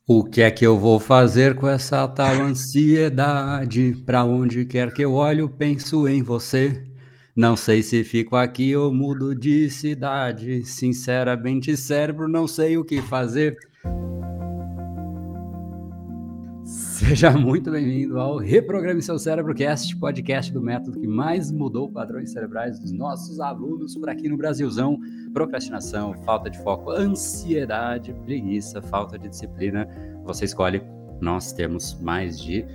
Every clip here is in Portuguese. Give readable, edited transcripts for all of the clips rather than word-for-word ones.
O que é que eu vou fazer com essa tal ansiedade? Pra onde quer que eu olho, penso em você. Não sei se fico aqui ou mudo de cidade. Sinceramente, cérebro, não sei o que fazer. Seja muito bem-vindo ao Reprograme Seu Cérebro Cast, podcast do método que mais mudou padrões cerebrais dos nossos alunos por aqui no Brasilzão. Procrastinação, falta de foco, ansiedade, preguiça, falta de disciplina. Você escolhe. Nós temos mais de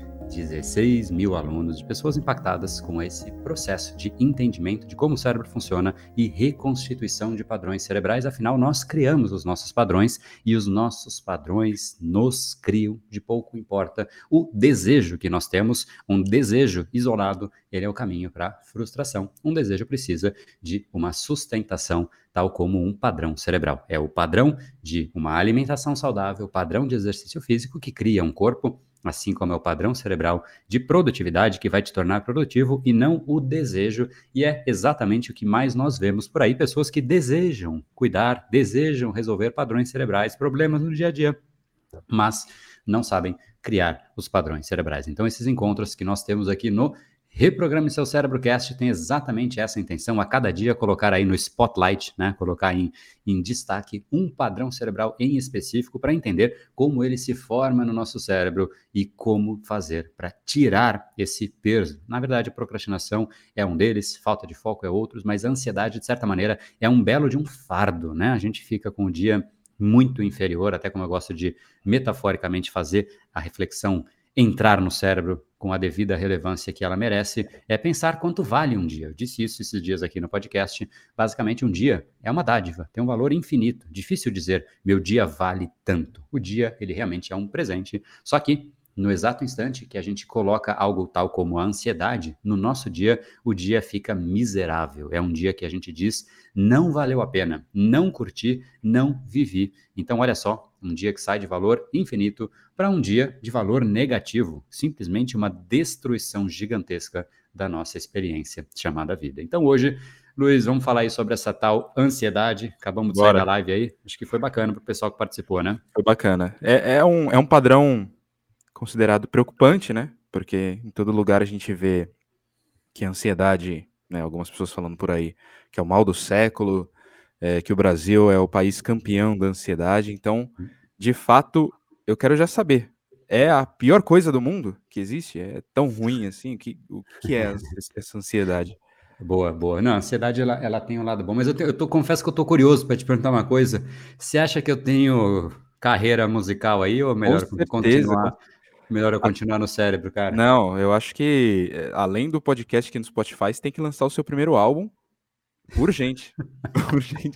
16 mil alunos, de pessoas impactadas com esse processo de entendimento de como o cérebro funciona e reconstituição de padrões cerebrais. Afinal, nós criamos os nossos padrões e os nossos padrões nos criam, de pouco importa o desejo que nós temos. Um desejo isolado, ele é o caminho para a frustração. Um desejo precisa de uma sustentação, tal como um padrão cerebral. É o padrão de uma alimentação saudável, o padrão de exercício físico que cria um corpo, assim como é o padrão cerebral de produtividade que vai te tornar produtivo e não o desejo. E é exatamente o que mais nós vemos por aí, pessoas que desejam cuidar, desejam resolver padrões cerebrais, problemas no dia a dia, mas não sabem criar os padrões cerebrais. Então, esses encontros que nós temos aqui no Reprograme Seu Cérebro Cast tem exatamente essa intenção, a cada dia colocar aí no spotlight, né? Colocar em destaque um padrão cerebral em específico para entender como ele se forma no nosso cérebro e como fazer para tirar esse peso. Na verdade, procrastinação é um deles, falta de foco é outros, mas a ansiedade, de certa maneira, é um belo de um fardo, né? A gente fica com o dia muito inferior, até como eu gosto de metaforicamente fazer a reflexão entrar no cérebro com a devida relevância que ela merece, é pensar quanto vale um dia. Eu disse isso esses dias aqui no podcast. Basicamente, um dia é uma dádiva, tem um valor infinito. Difícil dizer, meu dia vale tanto. O dia, ele realmente é um presente. Só que, no exato instante que a gente coloca algo tal como a ansiedade no nosso dia, o dia fica miserável. É um dia que a gente diz, não valeu a pena, não curti, não vivi. Então, olha só, um dia que sai de valor infinito para um dia de valor negativo, simplesmente uma destruição gigantesca da nossa experiência chamada vida. Então, hoje, Luiz, vamos falar aí sobre essa tal ansiedade. Acabamos de sair da live aí, acho que foi bacana para o pessoal que participou, né? Foi bacana. É um padrão considerado preocupante, né? Porque em todo lugar a gente vê que a ansiedade, né, algumas pessoas falando por aí, que é o mal do século, que o Brasil é o país campeão da ansiedade. Então, de fato, eu quero já saber, é a pior coisa do mundo que existe? É tão ruim assim? O que é essa ansiedade? Boa, boa. Não, a ansiedade ela tem um lado bom, mas confesso que eu tô curioso para te perguntar uma coisa. Você acha que eu tenho carreira musical aí ou Com melhor certeza. melhor eu continuar no cérebro, cara? Não, eu acho que, além do podcast aqui no Spotify, você tem que lançar o seu primeiro álbum urgente. Urgente.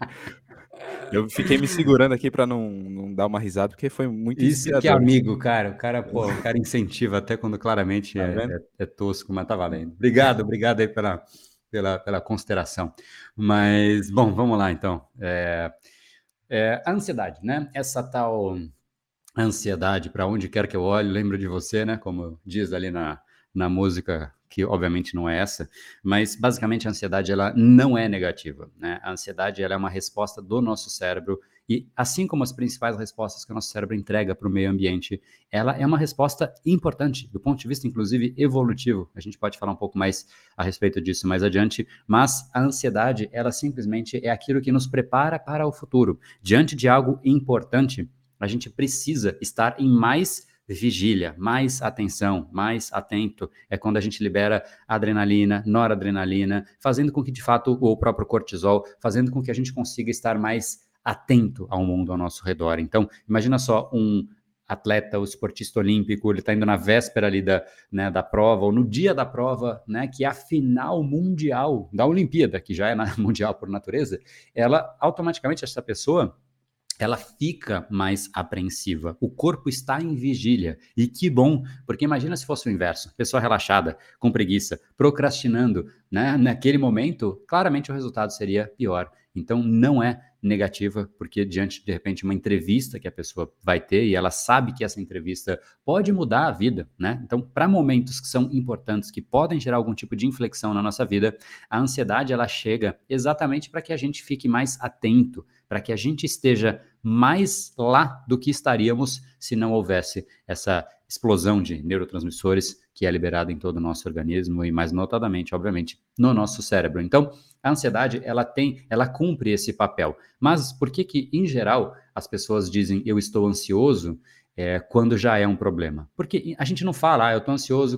Eu fiquei me segurando aqui pra não dar uma risada, porque foi muito Isso que é inspirador. amigo, cara. O cara incentiva até quando claramente Tá vendo? é tosco, mas tá valendo. Obrigado aí pela consideração. Mas, bom, vamos lá então. A ansiedade, né? Essa tal ansiedade para onde quer que eu olhe, lembro de você, né? Como diz ali na música, que obviamente não é essa, mas basicamente a ansiedade ela não é negativa, né? A ansiedade ela é uma resposta do nosso cérebro e assim como as principais respostas que o nosso cérebro entrega para o meio ambiente, ela é uma resposta importante do ponto de vista inclusive evolutivo. A gente pode falar um pouco mais a respeito disso mais adiante, mas a ansiedade ela simplesmente é aquilo que nos prepara para o futuro. Diante de algo importante, a gente precisa estar em mais vigília, mais atenção, mais atento. É quando a gente libera adrenalina, noradrenalina, fazendo com que, de fato, o próprio cortisol, fazendo com que a gente consiga estar mais atento ao mundo ao nosso redor. Então, imagina só um atleta, o esportista olímpico, ele está indo na véspera ali da prova, ou no dia da prova, né, que é a final mundial da Olimpíada, que já é mundial por natureza, ela automaticamente, essa pessoa, ela fica mais apreensiva. O corpo está em vigília. E que bom, porque imagina se fosse o inverso. Pessoa relaxada, com preguiça, procrastinando, né? Naquele momento, claramente o resultado seria pior. Então, não é negativa, porque diante, de repente, uma entrevista que a pessoa vai ter e ela sabe que essa entrevista pode mudar a vida, né? Então, para momentos que são importantes, que podem gerar algum tipo de inflexão na nossa vida, a ansiedade, ela chega exatamente para que a gente fique mais atento, para que a gente esteja mais lá do que estaríamos se não houvesse essa explosão de neurotransmissores que é liberada em todo o nosso organismo e mais notadamente, obviamente, no nosso cérebro. Então, a ansiedade, ela cumpre esse papel. Mas por que em geral, as pessoas dizem eu estou ansioso quando já é um problema? Porque a gente não fala, eu estou ansioso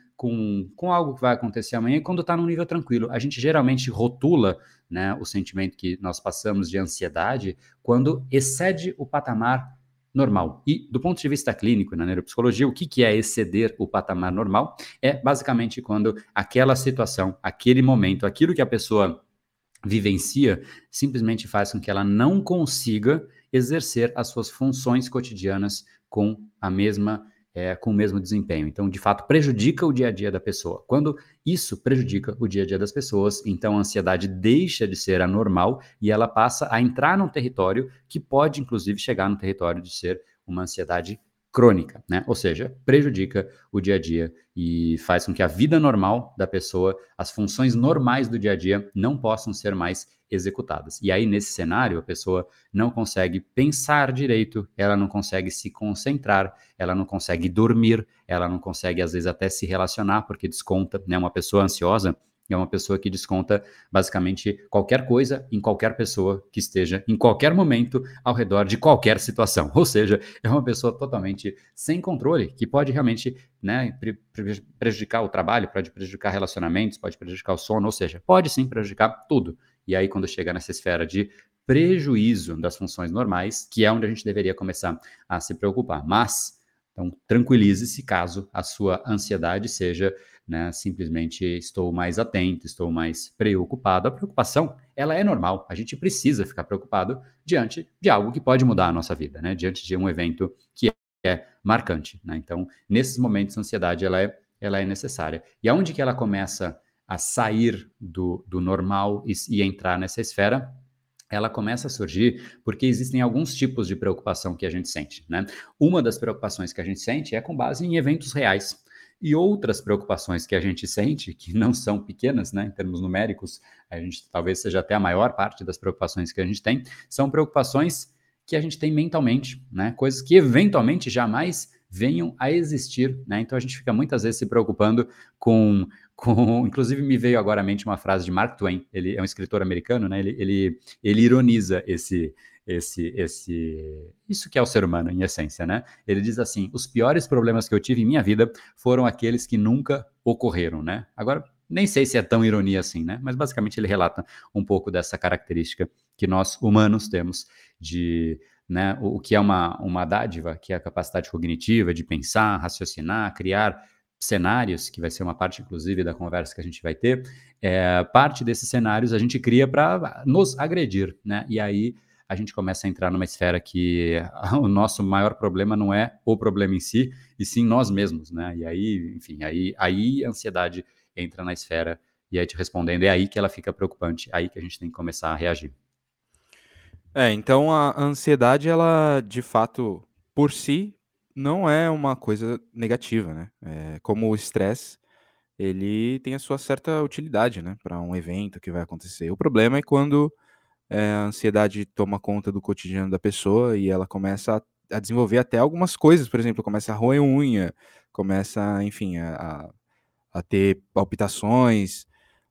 com algo que vai acontecer amanhã quando está num nível tranquilo. A gente geralmente rotula, né, o sentimento que nós passamos de ansiedade quando excede o patamar normal. E do ponto de vista clínico, na neuropsicologia, o que é exceder o patamar normal? É basicamente quando aquela situação, aquele momento, aquilo que a pessoa vivencia, simplesmente faz com que ela não consiga exercer as suas funções cotidianas com com o mesmo desempenho. Então, de fato, prejudica o dia a dia da pessoa. Quando isso prejudica o dia a dia das pessoas, então a ansiedade deixa de ser anormal e ela passa a entrar num território que pode, inclusive, chegar no território de ser uma ansiedade crônica, né? Ou seja, prejudica o dia a dia e faz com que a vida normal da pessoa, as funções normais do dia a dia não possam ser mais executadas. E aí, nesse cenário, a pessoa não consegue pensar direito, ela não consegue se concentrar, ela não consegue dormir, ela não consegue, às vezes, até se relacionar, porque desconta, né? Uma pessoa ansiosa é uma pessoa que desconta basicamente qualquer coisa em qualquer pessoa que esteja em qualquer momento ao redor de qualquer situação. Ou seja, é uma pessoa totalmente sem controle, que pode realmente, né, prejudicar o trabalho, pode prejudicar relacionamentos, pode prejudicar o sono, ou seja, pode sim prejudicar tudo. E aí, quando chega nessa esfera de prejuízo das funções normais, que é onde a gente deveria começar a se preocupar. Mas, então, tranquilize-se caso a sua ansiedade seja, né, simplesmente estou mais atento, estou mais preocupado. A preocupação, ela é normal. A gente precisa ficar preocupado diante de algo que pode mudar a nossa vida, né? Diante de um evento que é marcante, né? Então, nesses momentos, a ansiedade, ela é necessária. E aonde que ela começa a sair do normal e entrar nessa esfera? Ela começa a surgir porque existem alguns tipos de preocupação que a gente sente, né? Uma das preocupações que a gente sente é com base em eventos reais. E outras preocupações que a gente sente, que não são pequenas, né, em termos numéricos, a gente talvez seja até a maior parte das preocupações que a gente tem, são preocupações que a gente tem mentalmente, né, coisas que eventualmente jamais venham a existir, né? Então a gente fica muitas vezes se preocupando inclusive me veio agora à mente uma frase de Mark Twain, ele é um escritor americano, né? Ele ironiza isso que é o ser humano em essência, né? Ele diz assim: os piores problemas que eu tive em minha vida foram aqueles que nunca ocorreram, né? Agora, nem sei se é tão ironia assim, né? Mas basicamente ele relata um pouco dessa característica que nós humanos temos de, né, o que é uma dádiva, que é a capacidade cognitiva de pensar, raciocinar, criar cenários, que vai ser uma parte, inclusive, da conversa que a gente vai ter. Parte desses cenários a gente cria para nos agredir, né? E aí a gente começa a entrar numa esfera que o nosso maior problema não é o problema em si, e sim nós mesmos, né? E aí, enfim, aí a ansiedade entra na esfera, e aí te respondendo, é aí que ela fica preocupante, aí que a gente tem que começar a reagir. Então a ansiedade, ela de fato, por si, não é uma coisa negativa, né? Como o estresse, ele tem a sua certa utilidade, né, para um evento que vai acontecer. O problema é quando a ansiedade toma conta do cotidiano da pessoa e ela começa a desenvolver até algumas coisas, por exemplo, começa a roer unha, começa, enfim, a ter palpitações,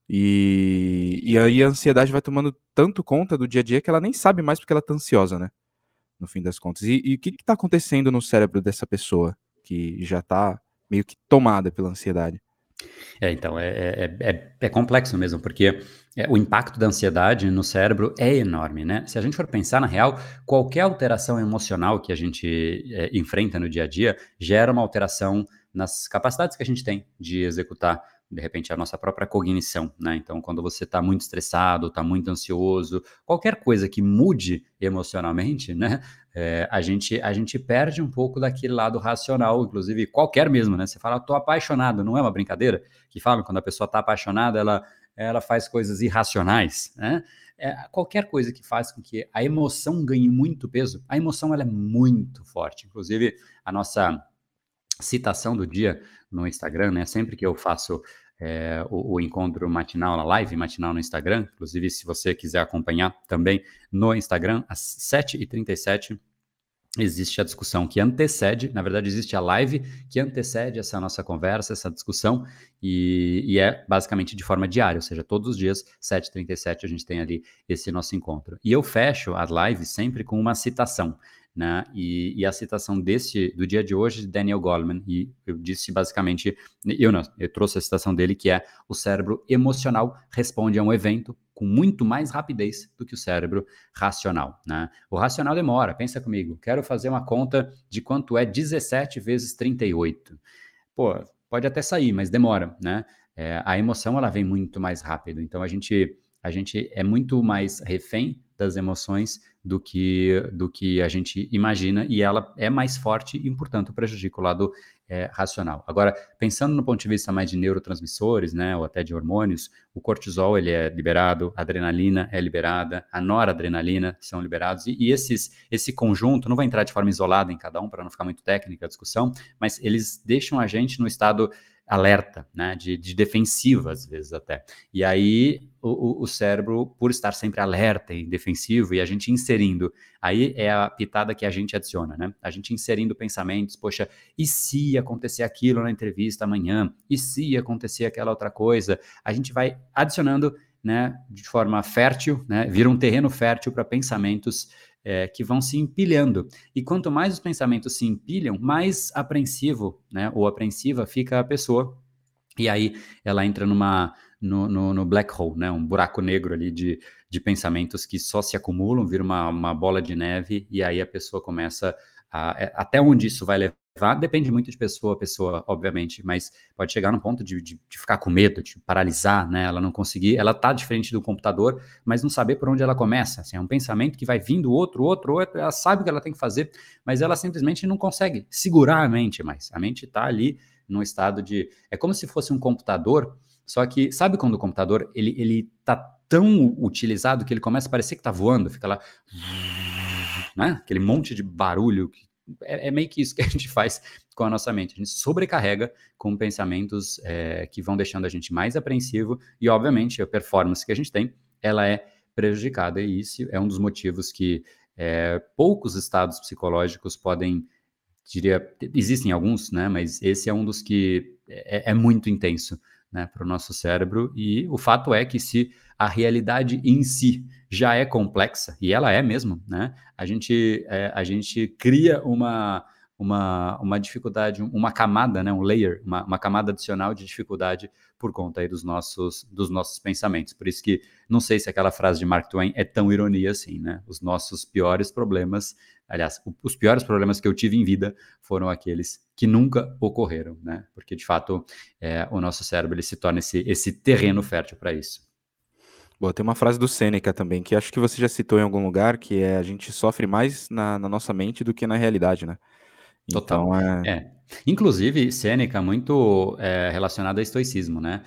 e aí a ansiedade vai tomando tanto conta do dia a dia que ela nem sabe mais porque ela tá ansiosa, né, no fim das contas. E o que que tá acontecendo no cérebro dessa pessoa que já tá meio que tomada pela ansiedade? Então, é complexo mesmo, porque o impacto da ansiedade no cérebro é enorme, né? Se a gente for pensar, na real, qualquer alteração emocional que a gente enfrenta no dia a dia gera uma alteração nas capacidades que a gente tem de executar, de repente, a nossa própria cognição, né? Então, quando você está muito estressado, está muito ansioso, qualquer coisa que mude emocionalmente, né? A gente perde um pouco daquele lado racional, inclusive qualquer mesmo, né? Você fala, tô apaixonado, não é uma brincadeira? Que falam quando a pessoa está apaixonada, ela faz coisas irracionais, né? Qualquer coisa que faz com que a emoção ganhe muito peso, a emoção ela é muito forte. Inclusive, a nossa citação do dia no Instagram, né? Sempre que eu faço o encontro matinal, a live matinal no Instagram. Inclusive, se você quiser acompanhar também no Instagram, às 7h37, existe a discussão que antecede, na verdade existe a live que antecede essa nossa conversa, essa discussão, e é basicamente de forma diária, ou seja, todos os dias, 7h37, a gente tem ali esse nosso encontro. E eu fecho a live sempre com uma citação, né? E a citação do dia de hoje, de Daniel Goleman, e eu disse basicamente, eu trouxe a citação dele, que é: o cérebro emocional responde a um evento com muito mais rapidez do que o cérebro racional, né? O racional demora, pensa comigo, quero fazer uma conta de quanto é 17 vezes 38. Pô, pode até sair, mas demora, né? A emoção, ela vem muito mais rápido, então a gente é muito mais refém das emoções do que a gente imagina, e ela é mais forte e, portanto, prejudica o lado racional. Agora, pensando no ponto de vista mais de neurotransmissores, né, ou até de hormônios, o cortisol, ele é liberado, a adrenalina é liberada, a noradrenalina são liberados, e esse conjunto, não vai entrar de forma isolada em cada um, para não ficar muito técnica a discussão, mas eles deixam a gente no estado alerta, né, de defensiva, às vezes até. E aí, o cérebro, por estar sempre alerta e defensivo, e a gente inserindo, aí é a pitada que a gente adiciona, né? A gente inserindo pensamentos, poxa, e se acontecer aquilo na entrevista amanhã? E se acontecer aquela outra coisa? A gente vai adicionando, né, de forma fértil, né, vira um terreno fértil para pensamentos que vão se empilhando. E quanto mais os pensamentos se empilham, mais apreensivo, né, ou apreensiva fica a pessoa. E aí ela entra no black hole, né, um buraco negro ali de pensamentos que só se acumulam, vira uma bola de neve, e aí a pessoa começa até onde isso vai levar, depende muito de pessoa a pessoa, obviamente, mas pode chegar no ponto de ficar com medo, de paralisar, né, ela não conseguir, ela tá de frente do computador, mas não saber por onde ela começa, assim, é um pensamento que vai vindo outro, ela sabe o que ela tem que fazer, mas ela simplesmente não consegue segurar a mente mais, a mente tá ali num estado é como se fosse um computador, só que, sabe quando o computador, ele tá tão utilizado que ele começa a parecer que tá voando, fica lá, né, aquele monte de barulho, é meio que isso que a gente faz com a nossa mente, a gente sobrecarrega com pensamentos que vão deixando a gente mais apreensivo, e obviamente a performance que a gente tem, ela é prejudicada, e isso é um dos motivos que poucos estados psicológicos podem, diria, existem alguns, né, mas esse é um dos que é muito intenso, né, para o nosso cérebro, e o fato é que se a realidade em si já é complexa, e ela é mesmo, né, a gente cria uma dificuldade, uma camada, né, um layer, uma camada adicional de dificuldade por conta aí dos nossos pensamentos. Por isso que, não sei se aquela frase de Mark Twain é tão ironia assim, né, os nossos piores problemas, aliás, os piores problemas que eu tive em vida foram aqueles que nunca ocorreram, né? Porque, de fato, o nosso cérebro ele se torna esse terreno fértil para isso. Bom, tem uma frase do Sêneca também, que acho que você já citou em algum lugar, que é: a gente sofre mais na nossa mente do que na realidade, né? Total. Então, Inclusive, Sêneca relacionado ao estoicismo, né?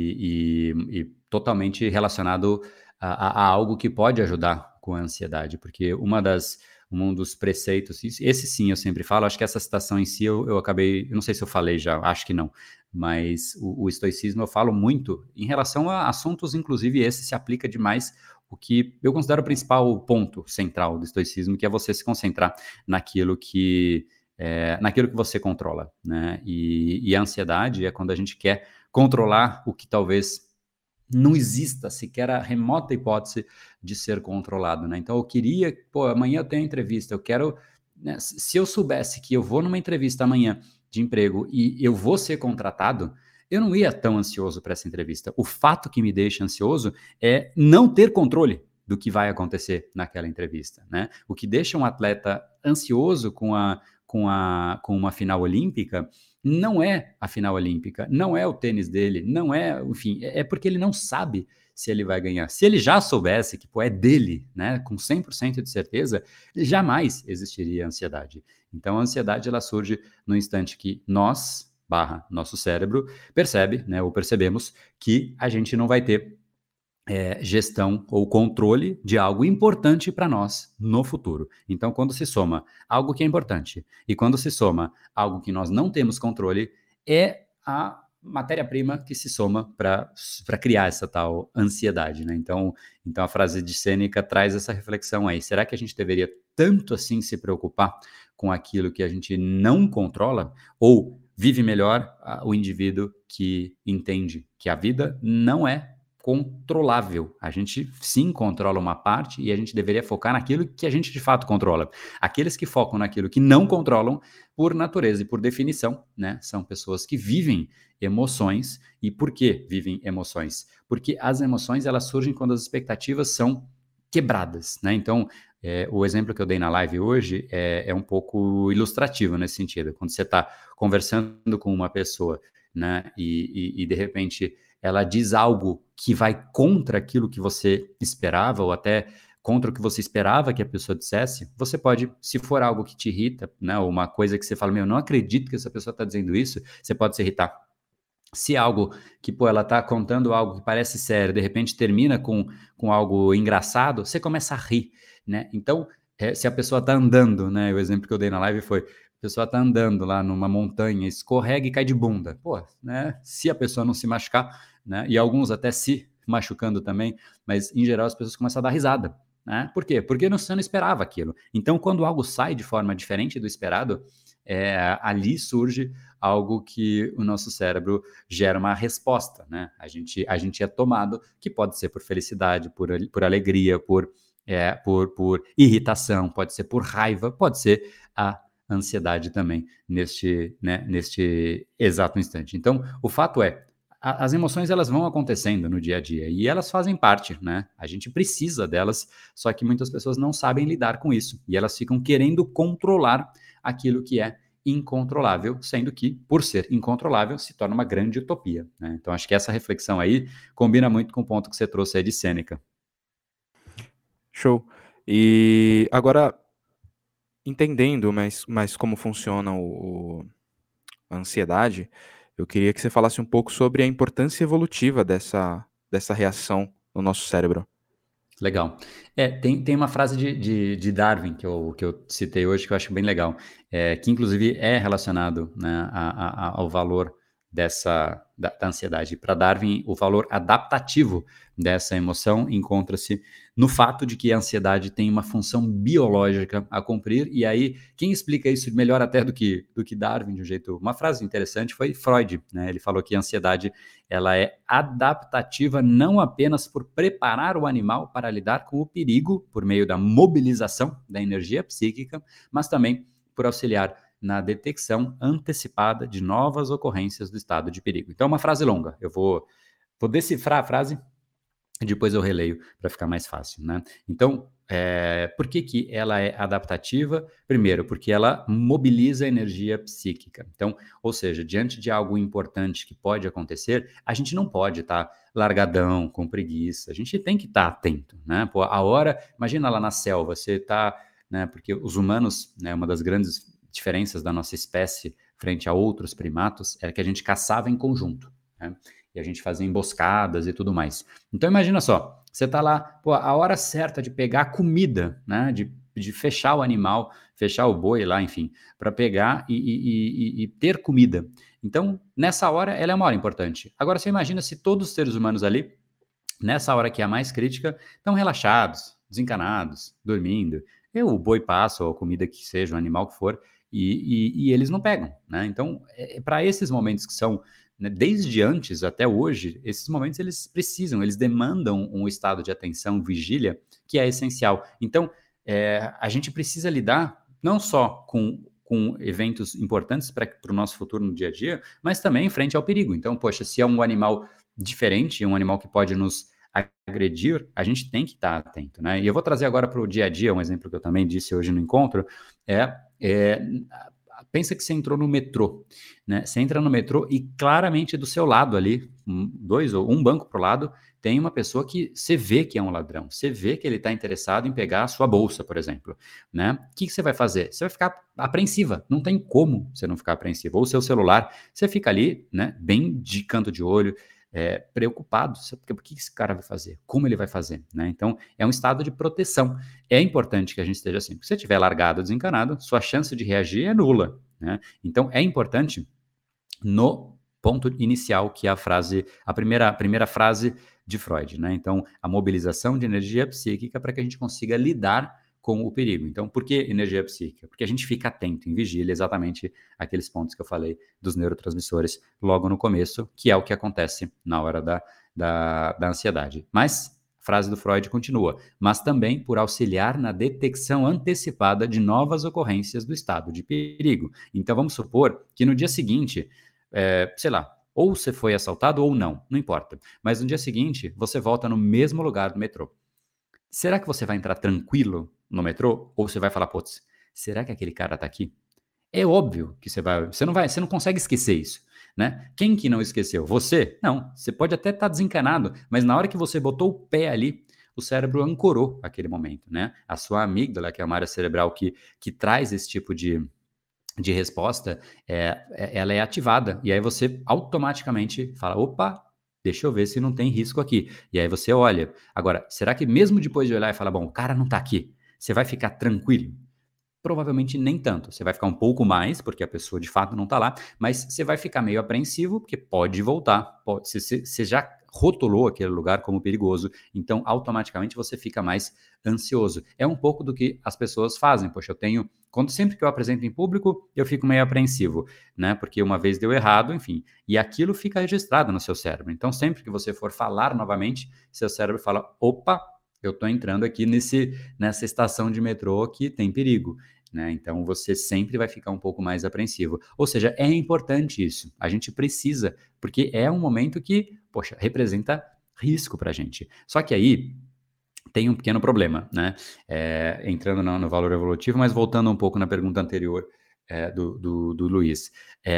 E totalmente relacionado a algo que pode ajudar com a ansiedade, porque um dos preceitos, esse sim eu sempre falo, acho que essa citação em si eu acabei, eu não sei se eu falei já, acho que não, mas o estoicismo eu falo muito em relação a assuntos, inclusive esse se aplica demais, o que eu considero o principal ponto central do estoicismo, que é você se concentrar naquilo que você controla, né? E a ansiedade é quando a gente quer controlar o que talvez não exista sequer a remota hipótese de ser controlado, né? Então eu queria, amanhã eu tenho entrevista, eu quero, né, se eu soubesse que eu vou numa entrevista amanhã de emprego e eu vou ser contratado, eu não ia tão ansioso para essa entrevista. O fato que me deixa ansioso é não ter controle do que vai acontecer naquela entrevista, né? O que deixa um atleta ansioso com uma final olímpica não é a final olímpica, não é o tênis dele, não é, enfim, é porque ele não sabe se ele vai ganhar. Se ele já soubesse que é dele, né, com 100% de certeza, jamais existiria ansiedade. Então a ansiedade ela surge no instante que nosso cérebro percebe, né, ou percebemos que a gente não vai ter gestão ou controle de algo importante para nós no futuro. Então, quando se soma algo que é importante e quando se soma algo que nós não temos controle, é matéria-prima que se soma para criar essa tal ansiedade, né? Então a frase de Sêneca traz essa reflexão aí. Será que a gente deveria tanto assim se preocupar com aquilo que a gente não controla? Ou vive melhor o indivíduo que entende que a vida não é controlável. A gente sim controla uma parte e a gente deveria focar naquilo que a gente de fato controla. Aqueles que focam naquilo que não controlam, por natureza e por definição, né, são pessoas que vivem emoções. E por que vivem emoções? Porque as emoções, elas surgem quando as expectativas são quebradas, né? Então, o exemplo que eu dei na live hoje é um pouco ilustrativo nesse sentido. Quando você está conversando com uma pessoa, né, e de repente ela diz algo que vai contra aquilo que você esperava, ou até contra o que você esperava que a pessoa dissesse, você pode, se for algo que te irrita, né, ou uma coisa que você fala, meu, não acredito que essa pessoa está dizendo isso, você pode se irritar. Se algo que, pô, ela está contando algo que parece sério, de repente termina com algo engraçado, você começa a rir, né? Então, se a pessoa está andando, né, o exemplo que eu dei na live foi, a pessoa está andando lá numa montanha, escorrega e cai de bunda. Pô, né, se a pessoa não se machucar, né, e alguns até se machucando também, mas em geral as pessoas começam a dar risada, né? Por quê? Porque você não esperava aquilo. Então, quando algo sai de forma diferente do esperado, ali surge algo que o nosso cérebro gera uma resposta, né? A gente é tomado, que pode ser por felicidade, por alegria, por irritação, pode ser por raiva, pode ser a ansiedade também neste exato instante. Então, o fato é, as emoções, elas vão acontecendo no dia a dia e elas fazem parte, né? A gente precisa delas, só que muitas pessoas não sabem lidar com isso e elas ficam querendo controlar aquilo que é incontrolável, sendo que, por ser incontrolável, se torna uma grande utopia, né? Então, acho que essa reflexão aí combina muito com o ponto que você trouxe aí de Sêneca. Show. E agora, entendendo mais como funciona a ansiedade, eu queria que você falasse um pouco sobre a importância evolutiva dessa reação no nosso cérebro. Legal. Tem uma frase de Darwin que eu citei hoje que eu acho bem legal, que inclusive é relacionado, né, ao valor da ansiedade. Para Darwin, o valor adaptativo dessa emoção encontra-se no fato de que a ansiedade tem uma função biológica a cumprir, e aí quem explica isso melhor até do que Darwin, de um jeito... Uma frase interessante foi Freud, né? Ele falou que a ansiedade, ela é adaptativa não apenas por preparar o animal para lidar com o perigo, por meio da mobilização da energia psíquica, mas também por auxiliar na detecção antecipada de novas ocorrências do estado de perigo. Então, uma frase longa. Eu vou decifrar a frase e depois eu releio para ficar mais fácil, né? Então, por que ela é adaptativa? Primeiro, porque ela mobiliza a energia psíquica. Então, ou seja, diante de algo importante que pode acontecer, a gente não pode estar largadão, com preguiça. A gente tem que estar atento, né? Pô, a hora, imagina lá na selva, você está, né? Porque os humanos, né? Uma das grandes diferenças da nossa espécie frente a outros primatos era que a gente caçava em conjunto, né? E a gente fazia emboscadas e tudo mais. Então imagina só, você está lá, pô, a hora certa de pegar a comida, né? De fechar o animal, fechar o boi lá, enfim, para pegar e ter comida. Então, nessa hora, ela é uma hora importante. Agora, você imagina se todos os seres humanos ali, nessa hora que é a mais crítica, estão relaxados, desencanados, dormindo. E o boi passa, ou a comida que seja, o animal que for, e eles não pegam, né? Então, para esses momentos que são, né, desde antes até hoje, esses momentos eles precisam, eles demandam um estado de atenção, vigília, que é essencial. Então, a gente precisa lidar não só com eventos importantes para o nosso futuro no dia a dia, mas também frente ao perigo. Então, poxa, se é um animal diferente, um animal que pode nos agredir, a gente tem que estar atento, né? E eu vou trazer agora para o dia a dia um exemplo que eu também disse hoje no encontro, pensa que você entrou no metrô, né? Você entra no metrô e claramente do seu lado ali, um banco para o lado, tem uma pessoa que você vê que é um ladrão, você vê que ele está interessado em pegar a sua bolsa, por exemplo, né? O que você vai fazer? Você vai ficar apreensiva, não tem como você não ficar apreensivo. Ou o seu celular, você fica ali, né, bem de canto de olho, preocupado, porque o que esse cara vai fazer? Como ele vai fazer? Né? Então, é um estado de proteção. É importante que a gente esteja assim, porque se você estiver largado, desencanado, sua chance de reagir é nula. Né? Então, é importante, no ponto inicial, que é a primeira frase de Freud, né? Então, a mobilização de energia psíquica para que a gente consiga lidar com o perigo. Então, por que energia psíquica? Porque a gente fica atento, em vigília, exatamente aqueles pontos que eu falei dos neurotransmissores logo no começo, que é o que acontece na hora da ansiedade. Mas, a frase do Freud continua, mas também por auxiliar na detecção antecipada de novas ocorrências do estado de perigo. Então, vamos supor que no dia seguinte, sei lá, ou você foi assaltado ou não importa. Mas no dia seguinte, você volta no mesmo lugar do metrô. Será que você vai entrar tranquilo no metrô? Ou você vai falar, putz, será que aquele cara tá aqui? É óbvio que você não consegue esquecer isso, né? Quem que não esqueceu? Você? Não, você pode até estar desencanado, mas na hora que você botou o pé ali, o cérebro ancorou aquele momento, né? A sua amígdala, que é uma área cerebral que traz esse tipo de resposta, ela é ativada, e aí você automaticamente fala, opa, deixa eu ver se não tem risco aqui. E aí você olha. Agora, será que mesmo depois de olhar e falar, bom, o cara não tá aqui, você vai ficar tranquilo? Provavelmente nem tanto. Você vai ficar um pouco mais, porque a pessoa de fato não está lá, mas você vai ficar meio apreensivo, porque pode voltar. Você já rotulou aquele lugar como perigoso, então automaticamente você fica mais ansioso. É um pouco do que as pessoas fazem. Poxa, sempre que eu apresento em público, eu fico meio apreensivo, né? Porque uma vez deu errado, enfim, e aquilo fica registrado no seu cérebro. Então, sempre que você for falar novamente, seu cérebro fala: opa, eu estou entrando aqui nessa estação de metrô que tem perigo. Né? Então você sempre vai ficar um pouco mais apreensivo. Ou seja, é importante isso. A gente precisa, porque é um momento que, poxa, representa risco para a gente. Só que aí tem um pequeno problema, né? Entrando no valor evolutivo, mas voltando um pouco na pergunta anterior do Luiz.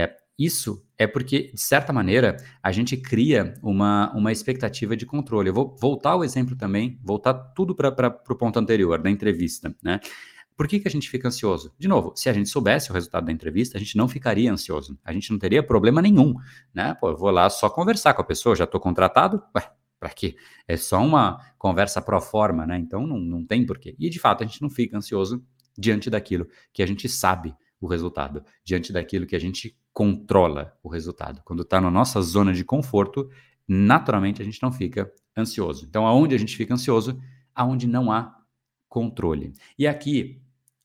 Isso é porque, de certa maneira, a gente cria uma expectativa de controle. Eu vou voltar ao exemplo também, voltar tudo para o ponto anterior, da entrevista, né? Por que a gente fica ansioso? De novo, se a gente soubesse o resultado da entrevista, a gente não ficaria ansioso. A gente não teria problema nenhum, né? Pô, eu vou lá só conversar com a pessoa, já estou contratado? Ué, para quê? É só uma conversa pro forma, né? Então não tem porquê. E de fato, a gente não fica ansioso diante daquilo que a gente sabe o resultado, diante daquilo que a gente controla o resultado. Quando está na nossa zona de conforto, naturalmente a gente não fica ansioso. Então, aonde a gente fica ansioso? Aonde não há controle. E aqui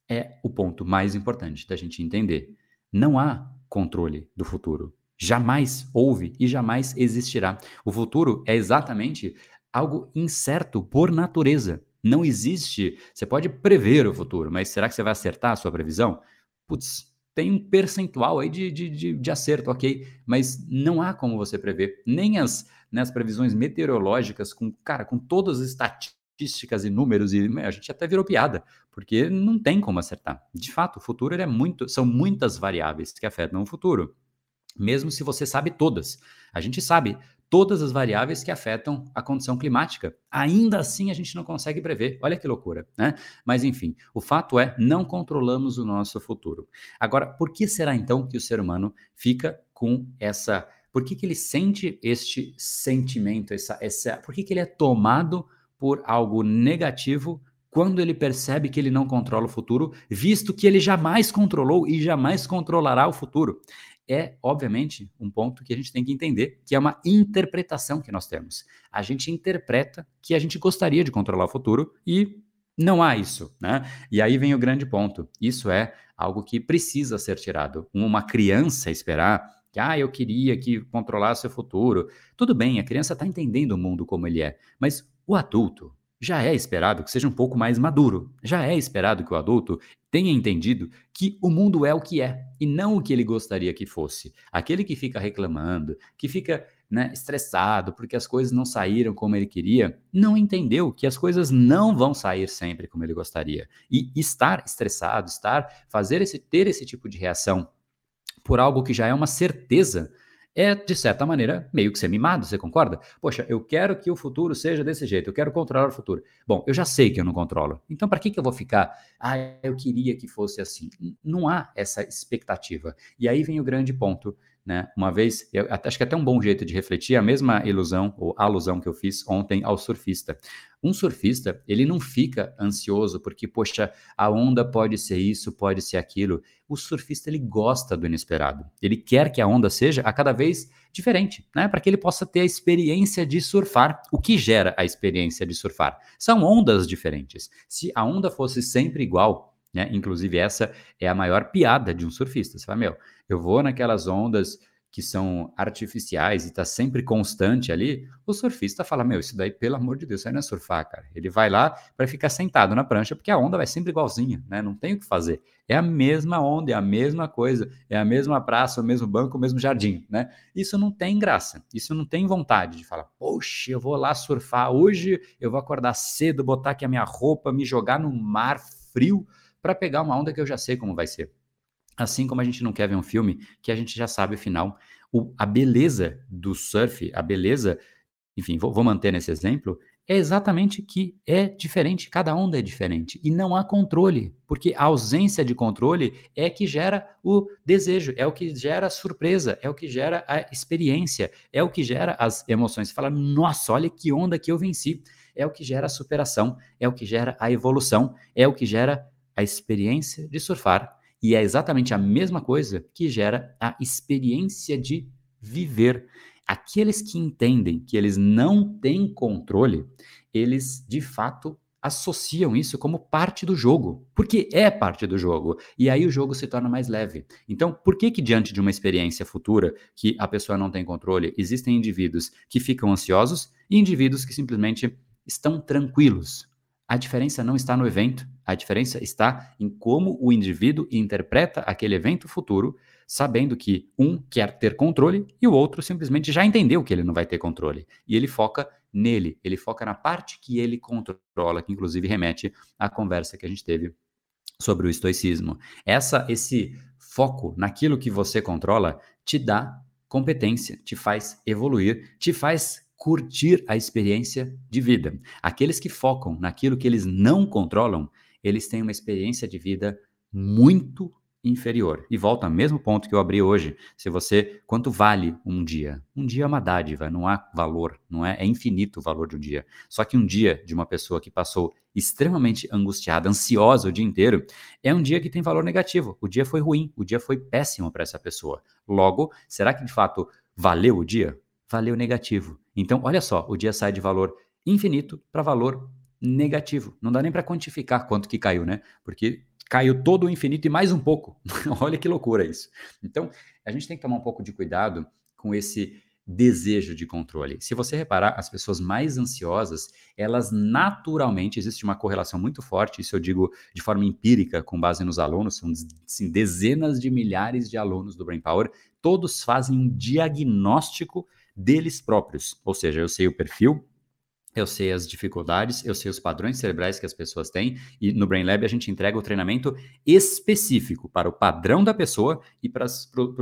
é o ponto mais importante da gente entender. Não há controle do futuro. Jamais houve e jamais existirá. O futuro é exatamente algo incerto por natureza. Não existe. Você pode prever o futuro, mas será que você vai acertar a sua previsão? Putz, tem um percentual aí de acerto, ok? Mas não há como você prever. Nem as previsões meteorológicas, com todas as estatísticas e números, e a gente até virou piada, porque não tem como acertar. De fato, o futuro são muitas variáveis que afetam o futuro, mesmo se você sabe todas. A gente sabe todas as variáveis que afetam a condição climática. Ainda assim, a gente não consegue prever. Olha que loucura, né? Mas, enfim, o fato é, não controlamos o nosso futuro. Agora, por que será, então, que o ser humano fica com essa... Por que ele sente este sentimento, por que ele é tomado por algo negativo quando ele percebe que ele não controla o futuro, visto que ele jamais controlou e jamais controlará o futuro? É, obviamente, um ponto que a gente tem que entender, que é uma interpretação que nós temos. A gente interpreta que a gente gostaria de controlar o futuro e não há isso, né? E aí vem o grande ponto. Isso é algo que precisa ser tirado. Uma criança esperar que, eu queria que controlasse o futuro. Tudo bem, a criança está entendendo o mundo como ele é, mas o adulto já é esperado que seja um pouco mais maduro. Já é esperado que o adulto tenha entendido que o mundo é o que é e não o que ele gostaria que fosse. Aquele que fica reclamando, que fica, né, estressado porque as coisas não saíram como ele queria, não entendeu que as coisas não vão sair sempre como ele gostaria. E estar estressado, ter esse tipo de reação por algo que já é uma certeza, é, de certa maneira, meio que ser mimado, você concorda? Poxa, eu quero que o futuro seja desse jeito, eu quero controlar o futuro. Bom, eu já sei que eu não controlo, então para que eu vou ficar, eu queria que fosse assim? Não há essa expectativa. E aí vem o grande ponto né? Uma vez, acho que é até um bom jeito de refletir a mesma ilusão ou alusão que eu fiz ontem ao surfista. Um surfista, ele não fica ansioso porque, poxa, a onda pode ser isso, pode ser aquilo. O surfista, ele gosta do inesperado. Ele quer que a onda seja a cada vez diferente, né? Para que ele possa ter a experiência de surfar. O que gera a experiência de surfar? São ondas diferentes. Se a onda fosse sempre igual, né? Inclusive essa é a maior piada de um surfista. Você fala, meu, eu vou naquelas ondas que são artificiais e tá sempre constante ali, o surfista fala, meu, isso daí, pelo amor de Deus, isso aí não é surfar, cara. Ele vai lá para ficar sentado na prancha, porque a onda vai sempre igualzinha, né? Não tem o que fazer. É a mesma onda, é a mesma coisa, é a mesma praça, o mesmo banco, o mesmo jardim, né? Isso não tem graça, isso não tem vontade de falar, poxa, eu vou lá surfar hoje, eu vou acordar cedo, botar aqui a minha roupa, me jogar no mar frio para pegar uma onda que eu já sei como vai ser. Assim como a gente não quer ver um filme que a gente já sabe o final. A beleza do surf, a beleza, enfim, vou manter nesse exemplo, é exatamente que é diferente, cada onda é diferente. E não há controle, porque a ausência de controle é que gera o desejo, é o que gera a surpresa, é o que gera a experiência, é o que gera as emoções. Você fala, nossa, olha que onda que eu venci. É o que gera a superação, é o que gera a evolução, é o que gera a experiência de surfar. E é exatamente a mesma coisa que gera a experiência de viver. Aqueles que entendem que eles não têm controle, eles de fato associam isso como parte do jogo, porque é parte do jogo, e aí o jogo se torna mais leve. Então, por que que diante de uma experiência futura que a pessoa não tem controle, existem indivíduos que ficam ansiosos e indivíduos que simplesmente estão tranquilos? A diferença não está no evento, a diferença está em como o indivíduo interpreta aquele evento futuro, sabendo que um quer ter controle e o outro simplesmente já entendeu que ele não vai ter controle. E ele foca nele, ele foca na parte que ele controla, que inclusive remete à conversa que a gente teve sobre o estoicismo. Esse foco naquilo que você controla te dá competência, te faz evoluir, te faz curtir a experiência de vida. Aqueles que focam naquilo que eles não controlam, eles têm uma experiência de vida muito inferior. E volta ao mesmo ponto que eu abri hoje. Quanto vale um dia? Um dia é uma dádiva, não há valor, não é infinito o valor de um dia. Só que um dia de uma pessoa que passou extremamente angustiada, ansiosa o dia inteiro, é um dia que tem valor negativo. O dia foi ruim, o dia foi péssimo para essa pessoa. Logo, será que de fato valeu o dia? Valeu negativo. Então, olha só, o dia sai de valor infinito para valor negativo. Não dá nem para quantificar quanto que caiu, né? Porque caiu todo o infinito e mais um pouco. Olha que loucura isso. Então, a gente tem que tomar um pouco de cuidado com esse desejo de controle. Se você reparar, as pessoas mais ansiosas, elas naturalmente, existe uma correlação muito forte, isso eu digo de forma empírica, com base nos alunos, são assim, dezenas de milhares de alunos do Brain Power, todos fazem um diagnóstico deles próprios, ou seja, eu sei o perfil, eu sei as dificuldades, eu sei os padrões cerebrais que as pessoas têm, e no Brain Lab a gente entrega o treinamento específico para o padrão da pessoa e para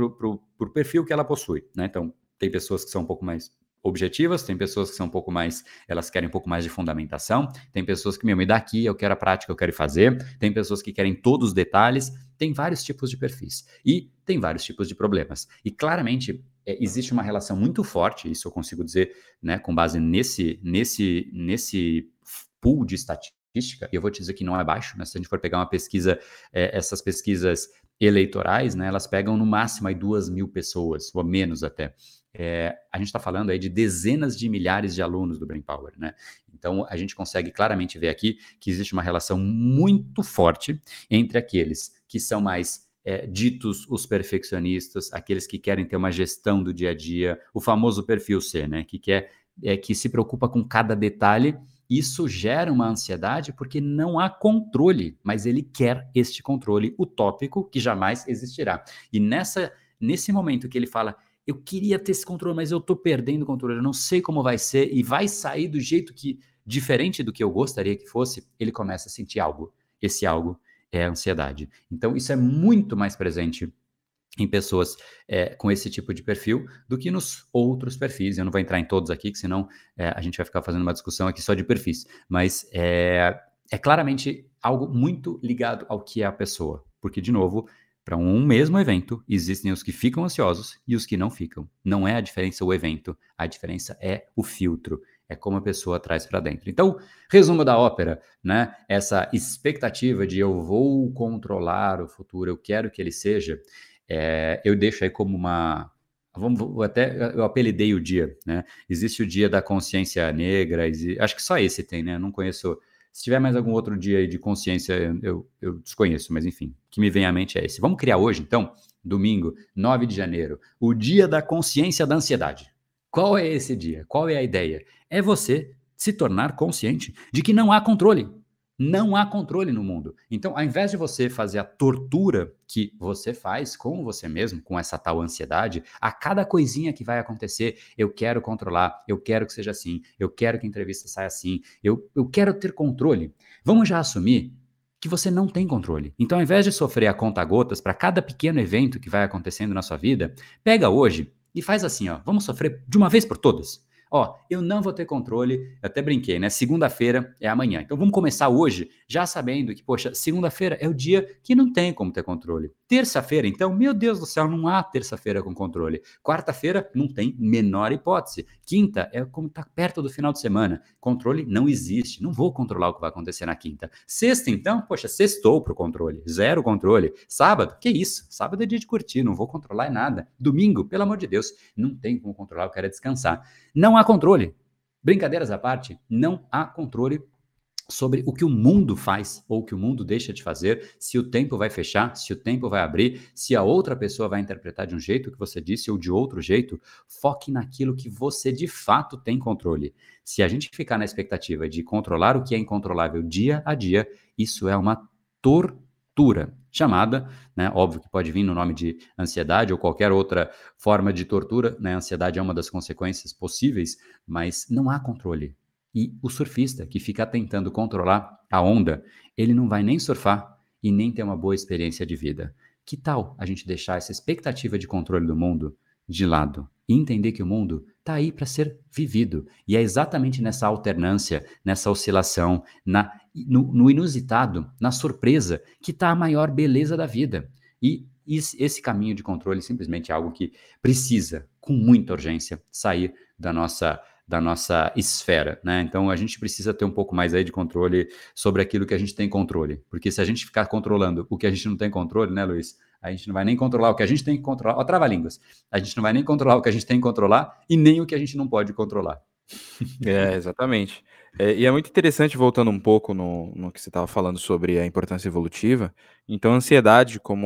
o perfil que ela possui, né? Então, tem pessoas que são um pouco mais objetivas, tem pessoas que são um pouco mais, elas querem um pouco mais de fundamentação, tem pessoas que, me dá aqui, eu quero a prática, eu quero fazer, tem pessoas que querem todos os detalhes, tem vários tipos de perfis e tem vários tipos de problemas. E claramente existe uma relação muito forte, isso eu consigo dizer, né, com base nesse pool de estatística, e eu vou te dizer que não é baixo, né, se a gente for pegar uma pesquisa, essas pesquisas eleitorais, né, elas pegam no máximo aí 2.000 pessoas, ou menos até. A gente está falando aí de dezenas de milhares de alunos do Brain Power, né? Então, a gente consegue claramente ver aqui que existe uma relação muito forte entre aqueles que são mais ditos os perfeccionistas, aqueles que querem ter uma gestão do dia a dia, o famoso perfil C, né? Que se preocupa com cada detalhe. Isso gera uma ansiedade porque não há controle, mas ele quer este controle utópico que jamais existirá. E nesse momento que ele fala, eu queria ter esse controle, mas eu estou perdendo o controle, eu não sei como vai ser, e vai sair do jeito que, diferente do que eu gostaria que fosse, ele começa a sentir algo. Esse algo é a ansiedade. Então, isso é muito mais presente em pessoas com esse tipo de perfil do que nos outros perfis. Eu não vou entrar em todos aqui, que senão a gente vai ficar fazendo uma discussão aqui só de perfis. Mas é claramente algo muito ligado ao que é a pessoa. Porque, de novo, Para um mesmo evento, existem os que ficam ansiosos e os que não ficam. Não é a diferença o evento, a diferença é o filtro, é como a pessoa traz para dentro. Então, resumo da ópera, né? Essa expectativa de eu vou controlar o futuro, eu quero que ele seja, eu deixo aí como uma... eu apelidei o dia, né? Existe o dia da consciência negra, acho que só esse tem, né? Eu não conheço. Se tiver mais algum outro dia aí de consciência, eu desconheço, mas enfim, o que me vem à mente é esse. Vamos criar hoje, então, domingo, 9 de janeiro, o dia da consciência da ansiedade. Qual é esse dia? Qual é a ideia? É você se tornar consciente de que não há controle. Não há controle no mundo. Então, ao invés de você fazer a tortura que você faz com você mesmo, com essa tal ansiedade, a cada coisinha que vai acontecer, eu quero controlar, eu quero que seja assim, eu quero que a entrevista saia assim, eu quero ter controle. Vamos já assumir que você não tem controle. Então, ao invés de sofrer a conta-gotas para cada pequeno evento que vai acontecendo na sua vida, pega hoje e faz assim, ó, vamos sofrer de uma vez por todas. Ó, eu não vou ter controle, eu até brinquei, né? Segunda-feira é amanhã. Então vamos começar hoje já sabendo que, poxa, segunda-feira é o dia que não tem como ter controle. Terça-feira, então, meu Deus do céu, não há terça-feira com controle. Quarta-feira não tem menor hipótese. Quinta é como tá perto do final de semana. Controle não existe. Não vou controlar o que vai acontecer na quinta. Sexta, então, poxa, sextou pro controle. Zero controle. Sábado, que isso? Sábado é dia de curtir, não vou controlar nada. Domingo, pelo amor de Deus, não tem como controlar, eu quero é descansar. Não há controle. Brincadeiras à parte, não há controle sobre o que o mundo faz ou o que o mundo deixa de fazer, se o tempo vai fechar, se o tempo vai abrir, se a outra pessoa vai interpretar de um jeito que você disse ou de outro jeito. Foque naquilo que você de fato tem controle. Se a gente ficar na expectativa de controlar o que é incontrolável dia a dia, isso é uma tortura chamada, né, óbvio que pode vir no nome de ansiedade ou qualquer outra forma de tortura, né, a ansiedade é uma das consequências possíveis, mas não há controle. E o surfista que fica tentando controlar a onda, ele não vai nem surfar e nem ter uma boa experiência de vida. Que tal a gente deixar essa expectativa de controle do mundo de lado e entender que o mundo está aí para ser vivido? E é exatamente nessa alternância, nessa oscilação, no inusitado, na surpresa, que está a maior beleza da vida. E esse caminho de controle simplesmente é algo que precisa, com muita urgência, sair da nossa esfera, né? Então a gente precisa ter um pouco mais aí de controle sobre aquilo que a gente tem controle, porque se a gente ficar controlando o que a gente não tem controle, né, Luiz? A gente não vai nem controlar o que a gente tem que controlar, ó, trava-línguas. A gente não vai nem controlar o que a gente tem que controlar e nem o que a gente não pode controlar. Exatamente. E é muito interessante, voltando um pouco no que você estava falando sobre a importância evolutiva. Então, a ansiedade, como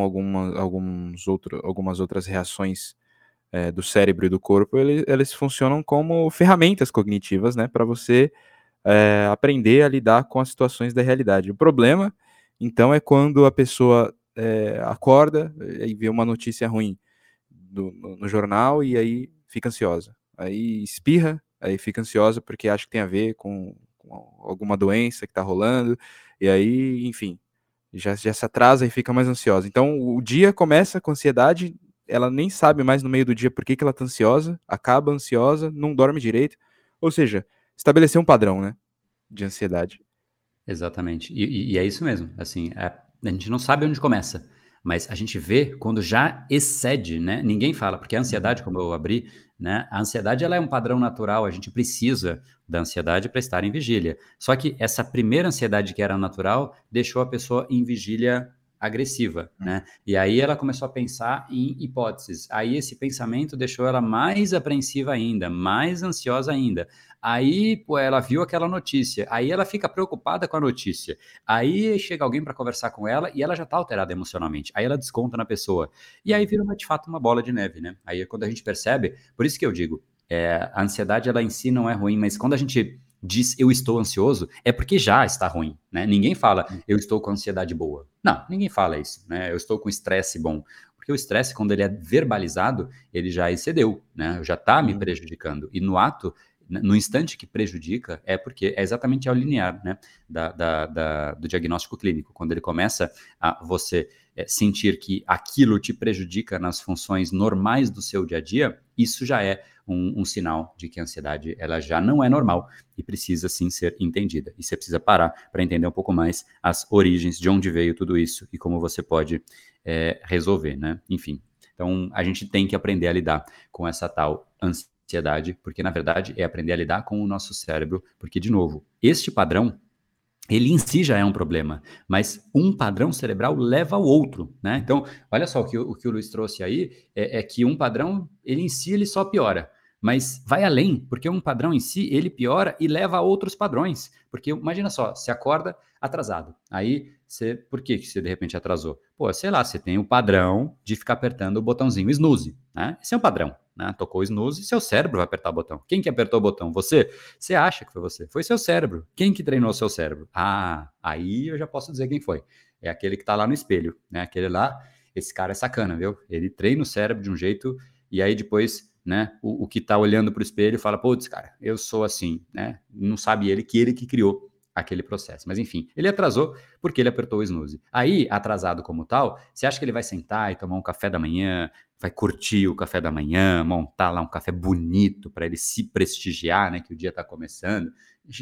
algumas outras reações do cérebro e do corpo, eles funcionam como ferramentas cognitivas, né, para você aprender a lidar com as situações da realidade. O problema, então, é quando a pessoa acorda e vê uma notícia ruim no jornal e aí fica ansiosa. Aí espirra, aí fica ansiosa porque acha que tem a ver com alguma doença que está rolando, e aí, enfim, já se atrasa e fica mais ansiosa. Então, o dia começa com ansiedade, ela nem sabe mais no meio do dia por que ela está ansiosa, acaba ansiosa, não dorme direito. Ou seja, estabelecer um padrão, né, de ansiedade. Exatamente. E é isso mesmo. Assim, a gente não sabe onde começa, mas a gente vê quando já excede, né? Ninguém fala, porque a ansiedade, como eu abri, né? A ansiedade ela é um padrão natural. A gente precisa da ansiedade para estar em vigília. Só que essa primeira ansiedade que era natural deixou a pessoa em vigília agressiva, né? E aí ela começou a pensar em hipóteses. Aí esse pensamento deixou ela mais apreensiva ainda, mais ansiosa ainda. Aí, pô, ela viu aquela notícia. Aí ela fica preocupada com a notícia. Aí chega alguém para conversar com ela e ela já está alterada emocionalmente. Aí ela desconta na pessoa. E aí vira, de fato, uma bola de neve, né? Aí é quando a gente percebe, por isso que eu digo, a ansiedade, ela em si não é ruim, mas quando a gente diz eu estou ansioso, é porque já está ruim, né? Ninguém fala eu estou com ansiedade boa. Não, ninguém fala isso, né? Eu estou com estresse bom. Porque o estresse, quando ele é verbalizado, ele já excedeu, né? Já está me prejudicando. E no ato, no instante que prejudica, é porque é exatamente ao linear, né, do diagnóstico clínico. Quando ele começa a você sentir que aquilo te prejudica nas funções normais do seu dia a dia, isso já é um sinal de que a ansiedade ela já não é normal e precisa sim ser entendida. E você precisa parar para entender um pouco mais as origens, de onde veio tudo isso e como você pode resolver, né? Enfim, então a gente tem que aprender a lidar com essa tal ansiedade, porque na verdade é aprender a lidar com o nosso cérebro, porque de novo, este padrão ele em si já é um problema, mas um padrão cerebral leva ao outro, né? Então, olha só, o que o Luiz trouxe aí é que um padrão, ele em si, ele só piora, mas vai além, porque um padrão em si, ele piora e leva a outros padrões, porque imagina só, você acorda atrasado, aí por que você de repente atrasou? Pô, sei lá, você tem o padrão de ficar apertando o botãozinho snooze, né? Esse é um padrão, né? Tocou o snooze, seu cérebro vai apertar o botão. Quem que apertou o botão? Você? Você acha que foi você? Foi seu cérebro. Quem que treinou o seu cérebro? Ah, aí eu já posso dizer quem foi. É aquele que tá lá no espelho, né? Aquele lá, esse cara é sacana, viu? Ele treina o cérebro de um jeito e aí depois, né, o que tá olhando pro espelho fala, putz, cara, eu sou assim, né? Não sabe ele que criou aquele processo. Mas enfim, ele atrasou porque ele apertou o snooze. Aí, atrasado como tal, você acha que ele vai sentar e tomar um café da manhã, vai curtir o café da manhã, montar lá um café bonito para ele se prestigiar, né, que o dia está começando?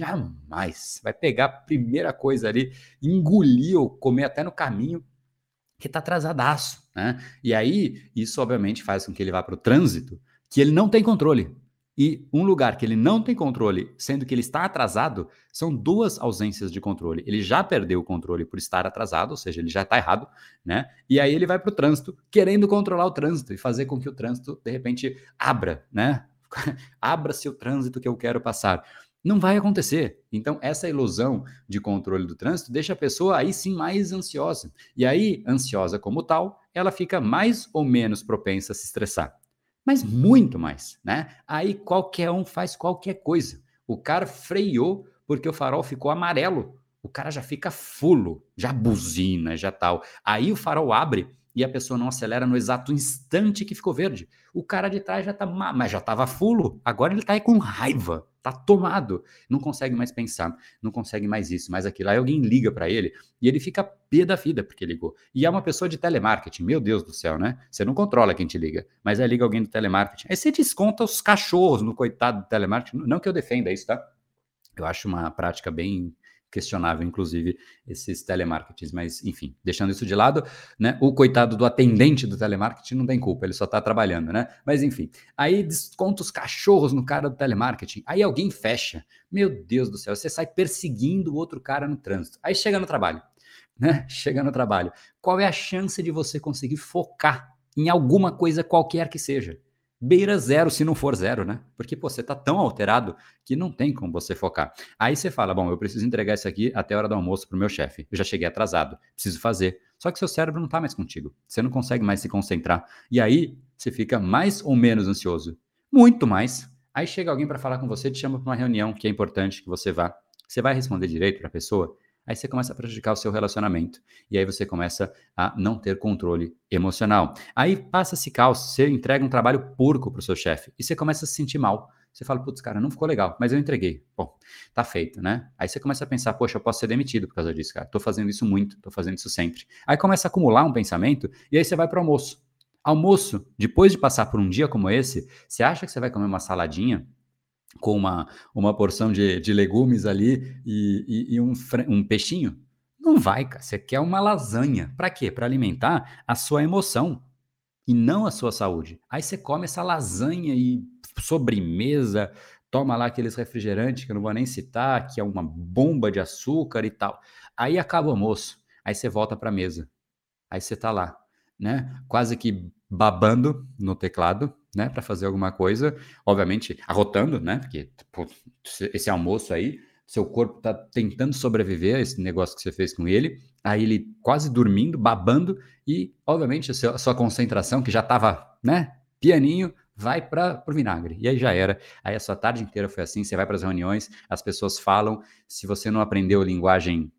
Jamais. Vai pegar a primeira coisa ali, engolir ou comer até no caminho, que está atrasadaço, né? E aí, isso obviamente faz com que ele vá para o trânsito, que ele não tem controle. E um lugar que ele não tem controle, sendo que ele está atrasado, são duas ausências de controle. Ele já perdeu o controle por estar atrasado, ou seja, ele já está errado, né? E aí ele vai para o trânsito, querendo controlar o trânsito e fazer com que o trânsito, de repente, abra, né? Abra-se o trânsito que eu quero passar. Não vai acontecer. Então, essa ilusão de controle do trânsito deixa a pessoa aí sim mais ansiosa. E aí, ansiosa como tal, ela fica mais ou menos propensa a se estressar. Mas muito mais, né? Aí qualquer um faz qualquer coisa. O cara freou porque o farol ficou amarelo. O cara já fica fulo, já buzina, já tal. Aí o farol abre e a pessoa não acelera no exato instante que ficou verde. O cara de trás já tá, mas já estava fulo. Agora ele tá aí com raiva, tá tomado, não consegue mais pensar, não consegue mais isso, mais aquilo. Aí alguém liga para ele e ele fica pé da vida porque ligou. E é uma pessoa de telemarketing, meu Deus do céu, né? Você não controla quem te liga, mas aí liga alguém do telemarketing. Aí você desconta os cachorros no coitado do telemarketing. Não que eu defenda isso, tá? Eu acho uma prática bem questionável, inclusive, esses telemarketings, mas enfim, deixando isso de lado, né? O coitado do atendente do telemarketing não tem culpa, ele só tá trabalhando, né? Mas enfim, aí desconta os cachorros no cara do telemarketing, aí alguém fecha, meu Deus do céu, você sai perseguindo o outro cara no trânsito, aí chega no trabalho, né? Chega no trabalho, qual é a chance de você conseguir focar em alguma coisa qualquer que seja? Beira zero se não for zero, né? Porque, pô, você tá tão alterado que não tem como você focar. Aí você fala, bom, eu preciso entregar isso aqui até a hora do almoço pro meu chefe. Eu já cheguei atrasado, preciso fazer. Só que seu cérebro não tá mais contigo. Você não consegue mais se concentrar. E aí você fica mais ou menos ansioso. Muito mais. Aí chega alguém para falar com você, te chama para uma reunião que é importante que você vá. Você vai responder direito para a pessoa? Aí você começa a prejudicar o seu relacionamento. E aí você começa a não ter controle emocional. Aí passa-se caos, você entrega um trabalho porco pro seu chefe e você começa a se sentir mal. Você fala, putz, cara, não ficou legal, mas eu entreguei. Bom, tá feito, né? Aí você começa a pensar, poxa, eu posso ser demitido por causa disso, cara. Tô fazendo isso muito, tô fazendo isso sempre. Aí começa a acumular um pensamento e aí você vai pro almoço. Almoço, depois de passar por um dia como esse, você acha que você vai comer uma saladinha com uma porção de legumes ali e um peixinho? Não vai, cara. Você quer uma lasanha. Para quê? Para alimentar a sua emoção e não a sua saúde. Aí você come essa lasanha e sobremesa, toma lá aqueles refrigerantes que eu não vou nem citar, que é uma bomba de açúcar e tal. Aí acaba o almoço. Aí você volta para a mesa. Aí você tá lá, né? Quase que babando no teclado, né? Para fazer alguma coisa, obviamente arrotando, né? Porque pô, esse almoço aí, seu corpo tá tentando sobreviver a esse negócio que você fez com ele. Aí ele quase dormindo, babando e, obviamente, a sua concentração que já tava, né? Pianinho, vai para o vinagre. E aí já era. Aí a sua tarde inteira foi assim. Você vai para as reuniões, as pessoas falam. Se você não aprendeu linguagem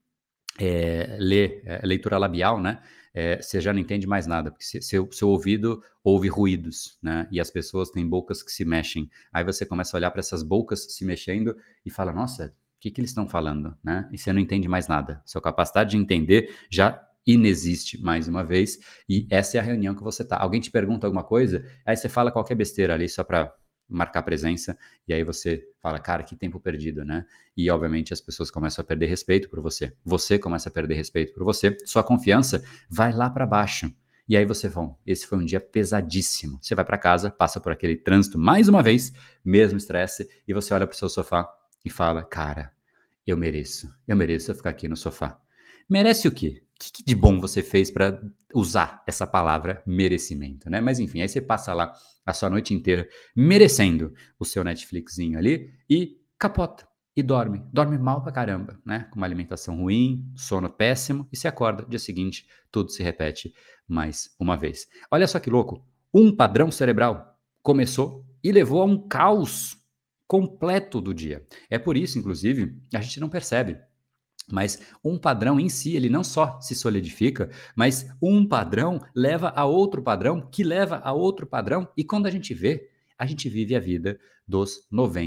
leitura labial, né? Você já não entende mais nada, porque seu ouvido ouve ruídos, né? E as pessoas têm bocas que se mexem. Aí você começa a olhar para essas bocas se mexendo e fala, nossa, o que eles estão falando, né? E você não entende mais nada. Sua capacidade de entender já inexiste mais uma vez, e essa é a reunião que você tá. Alguém te pergunta alguma coisa, aí você fala qualquer besteira ali só para marcar presença, e aí você fala, cara, que tempo perdido, né? E obviamente as pessoas começam a perder respeito por você. Você começa a perder respeito por você, sua confiança vai lá para baixo. E aí você fala, esse foi um dia pesadíssimo. Você vai para casa, passa por aquele trânsito mais uma vez, mesmo estresse, e você olha pro seu sofá e fala, cara, eu mereço ficar aqui no sofá. Merece o quê? O que de bom você fez para usar essa palavra merecimento, né? Mas enfim, aí você passa lá a sua noite inteira merecendo o seu Netflixinho ali e capota e dorme mal pra caramba, né? Com uma alimentação ruim, sono péssimo e se acorda, dia seguinte, tudo se repete mais uma vez. Olha só que louco, um padrão cerebral começou e levou a um caos completo do dia. É por isso, inclusive, a gente não percebe. Mas um padrão em si, ele não só se solidifica, mas um padrão leva a outro padrão, que leva a outro padrão, e quando a gente vê, a gente vive a vida dos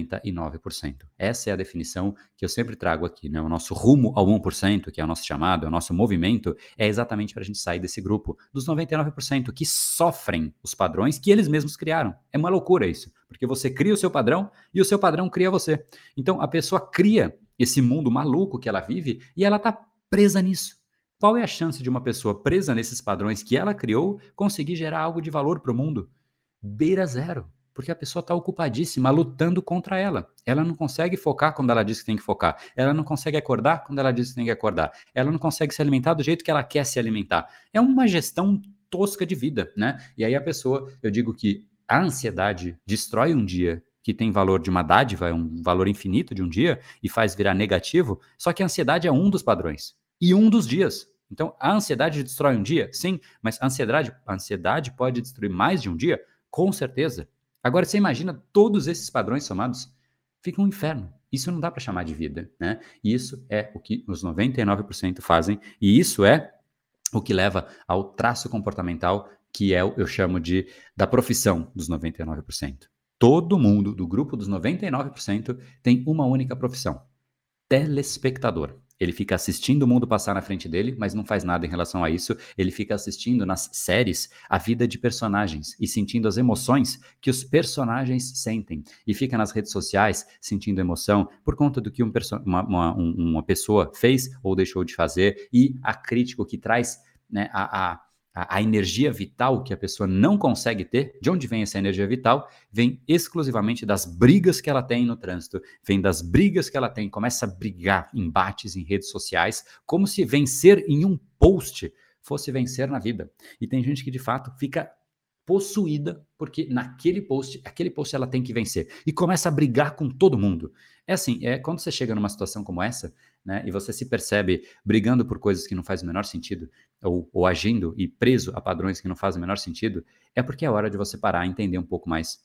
99%. Essa é a definição que eu sempre trago aqui, né? O nosso rumo ao 1%, que é o nosso chamado, é o nosso movimento, é exatamente para a gente sair desse grupo dos 99% que sofrem os padrões que eles mesmos criaram. É uma loucura isso, porque você cria o seu padrão e o seu padrão cria você. Então, a pessoa cria esse mundo maluco que ela vive e ela está presa nisso. Qual é a chance de uma pessoa presa nesses padrões que ela criou conseguir gerar algo de valor para o mundo? Beira zero, porque a pessoa está ocupadíssima lutando contra ela. Ela não consegue focar quando ela diz que tem que focar. Ela não consegue acordar quando ela diz que tem que acordar. Ela não consegue se alimentar do jeito que ela quer se alimentar. É uma gestão tosca de vida, né? E aí a pessoa, eu digo que a ansiedade destrói um dia que tem valor de uma dádiva, um valor infinito de um dia, e faz virar negativo, só que a ansiedade é um dos padrões e um dos dias. Então, a ansiedade destrói um dia? Sim, mas a ansiedade pode destruir mais de um dia? Com certeza. Agora, você imagina todos esses padrões somados? Fica um inferno. Isso não dá para chamar de vida, né? Isso é o que os 99% fazem, e isso é o que leva ao traço comportamental que eu chamo da profissão dos 99%. Todo mundo do grupo dos 99% tem uma única profissão: telespectador. Ele fica assistindo o mundo passar na frente dele, mas não faz nada em relação a isso. Ele fica assistindo nas séries a vida de personagens e sentindo as emoções que os personagens sentem. E fica nas redes sociais sentindo emoção por conta do que uma pessoa fez ou deixou de fazer, e a crítica que traz, né, a energia vital que a pessoa não consegue ter. De onde vem essa energia vital? Vem exclusivamente das brigas que ela tem no trânsito, vem das brigas que ela tem, começa a brigar, embates em redes sociais, como se vencer em um post fosse vencer na vida. E tem gente que de fato fica possuída porque aquele post ela tem que vencer e começa a brigar com todo mundo. É assim, quando você chega numa situação como essa, né, e você se percebe brigando por coisas que não fazem o menor sentido, ou agindo e preso a padrões que não fazem o menor sentido, é porque é hora de você parar e entender um pouco mais